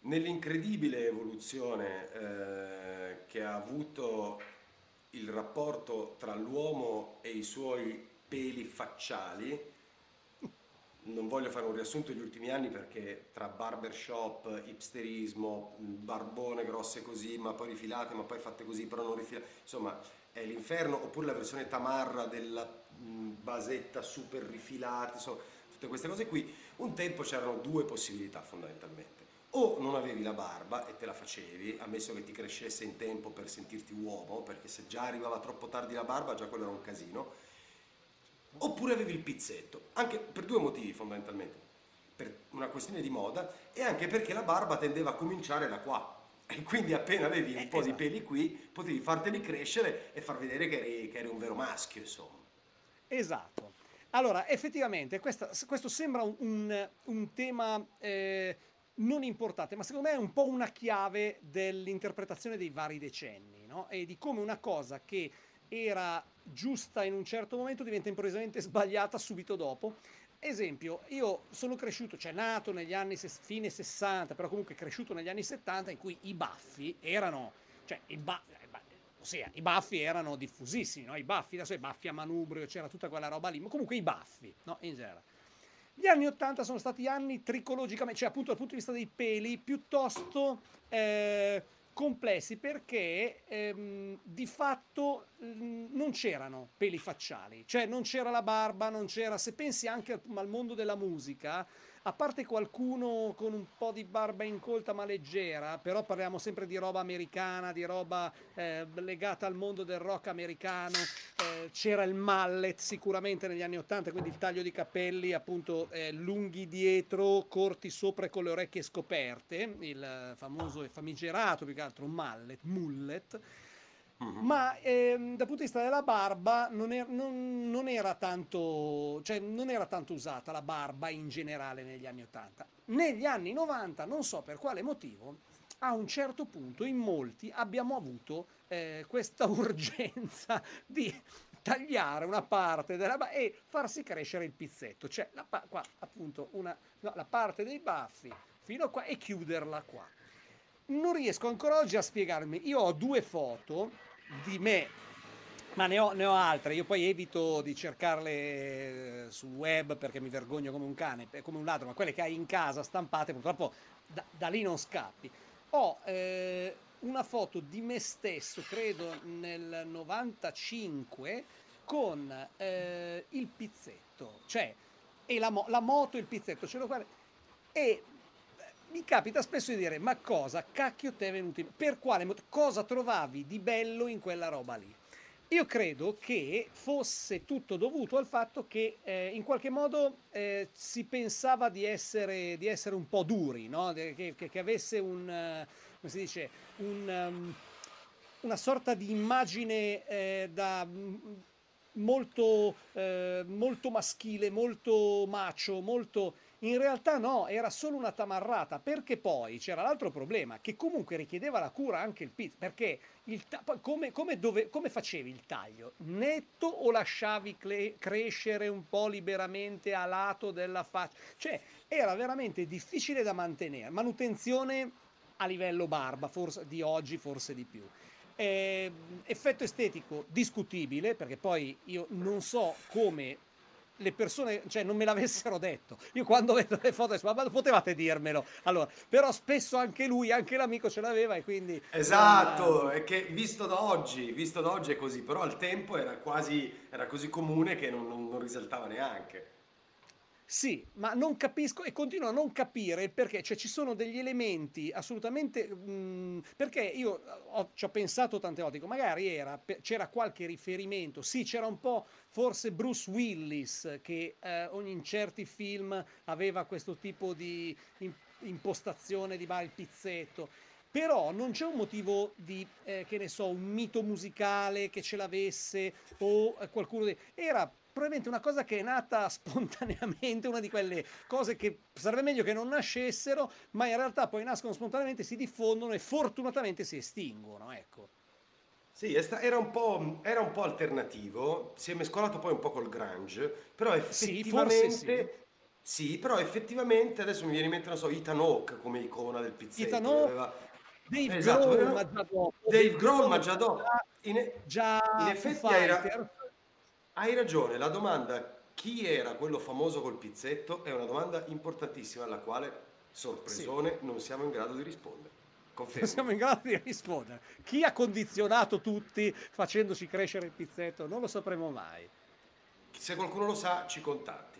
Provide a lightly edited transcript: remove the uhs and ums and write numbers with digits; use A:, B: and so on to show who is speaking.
A: Nell'incredibile evoluzione che ha avuto il rapporto tra l'uomo e i suoi peli facciali, non voglio fare un riassunto degli ultimi anni perché tra barbershop, hipsterismo, barbone grosse così, ma poi rifilate, ma poi fatte così, però non rifilate, insomma è l'inferno, oppure la versione tamarra della basetta super rifilata, insomma tutte queste cose qui. Un tempo c'erano due possibilità fondamentalmente. O non avevi la barba e te la facevi, ammesso che ti crescesse in tempo per sentirti uomo, perché se già arrivava troppo tardi la barba, già quello era un casino. Oppure avevi il pizzetto, anche per due motivi fondamentalmente. Per una questione di moda e anche perché la barba tendeva a cominciare da qua. E quindi appena avevi un po' di
B: Esatto.
A: peli qui, potevi farteli crescere e far vedere che eri un vero maschio, insomma.
B: Esatto. Allora, effettivamente, questo sembra un tema non importante, ma secondo me è un po' una chiave dell'interpretazione dei vari decenni, no? E di come una cosa che era giusta in un certo momento diventa improvvisamente sbagliata subito dopo. Esempio, io sono cresciuto, cioè nato negli anni fine 60, però comunque cresciuto negli anni 70 in cui i baffi erano, cioè ossia, i baffi erano diffusissimi, no? I baffi, adesso i baffi a manubrio, c'era tutta quella roba lì, ma comunque i baffi, no? In genere. Gli anni 80 sono stati anni tricologicamente, cioè appunto dal punto di vista dei peli, piuttosto complessi perché di fatto non c'erano peli facciali, cioè non c'era la barba, non c'era, se pensi anche al mondo della musica, a parte qualcuno con un po' di barba incolta ma leggera, però parliamo sempre di roba americana, di roba legata al mondo del rock americano, c'era il mallet sicuramente negli anni 80, quindi il taglio di capelli appunto lunghi dietro, corti sopra e con le orecchie scoperte, il famoso e famigerato più che altro mullet. Ma dal punto di vista della barba non era tanto, cioè non era tanto usata la barba in generale negli anni 80. Negli anni 90, non so per quale motivo, a un certo punto in molti abbiamo avuto questa urgenza di tagliare una parte della barba e farsi crescere il pizzetto, cioè qua appunto no, la parte dei baffi fino a qua e chiuderla qua. Non riesco ancora oggi a spiegarmi. Io ho due foto di me, ma ne ho altre. Io poi evito di cercarle sul web perché mi vergogno come un cane, come un ladro, ma quelle che hai in casa stampate, purtroppo da lì non scappi. Ho una foto di me stesso, credo nel 95, con il pizzetto, cioè, e la moto e il pizzetto, ce l'ho qua. E mi capita spesso di dire, ma cosa cacchio te è venuto in... Per quale cosa trovavi di bello in quella roba lì? Io credo che fosse tutto dovuto al fatto che in qualche modo si pensava di essere un po' duri, no? Che avesse come si dice, una sorta di immagine molto maschile, molto macho, molto... In realtà no, era solo una tamarrata, perché poi c'era l'altro problema, che comunque richiedeva la cura anche il pizzo, perché poi come facevi il taglio? Netto o lasciavi crescere un po' liberamente a lato della faccia? Cioè, era veramente difficile da mantenere. Manutenzione a livello barba, forse di oggi, forse di più. Effetto estetico discutibile, perché poi io non so come le persone, cioè non me l'avessero detto. Io quando vedo le foto, dico, ma potevate dirmelo. Allora, però spesso anche lui, anche l'amico ce l'aveva e quindi non...
A: Esatto, è che visto da oggi è così, però al tempo era così comune che non risaltava neanche.
B: Sì, ma non capisco e continuo a non capire il perché, cioè ci sono degli elementi assolutamente, perché io ci ho pensato tante volte, dico, magari c'era qualche riferimento, sì, c'era un po' forse Bruce Willis che in certi film aveva questo tipo di impostazione di il pizzetto, però non c'è un motivo di, che ne so, un mito musicale che ce l'avesse o qualcuno di... Era probabilmente una cosa che è nata spontaneamente, una di quelle cose che sarebbe meglio che non nascessero, ma in realtà poi nascono spontaneamente, si diffondono e fortunatamente si estinguono, ecco.
A: Sì, era un po' alternativo, si è mescolato poi un po' col grunge, però
B: Sì, forse sì.
A: effettivamente Sì, però effettivamente adesso mi viene in mente, non so, Ethan Hawke come icona del
B: Ethan
A: pizzetto, che
B: Hawke,
A: aveva...
B: Dave
A: Esatto,
B: Grohl, ma già dopo.
A: Dave
B: Dave
A: Grohl, ma
B: Grohl
A: già dopo. In
B: già Foo
A: effetti
B: Fighters.
A: hai ragione, la domanda chi era quello famoso col pizzetto è una domanda importantissima alla quale,
B: Sì,
A: sorpresone, non siamo in grado di rispondere.
B: non
A: Confermi.
B: siamo in grado di rispondere. Chi ha condizionato tutti facendoci crescere il pizzetto? Non lo sapremo mai.
A: Se qualcuno lo sa, ci contatti.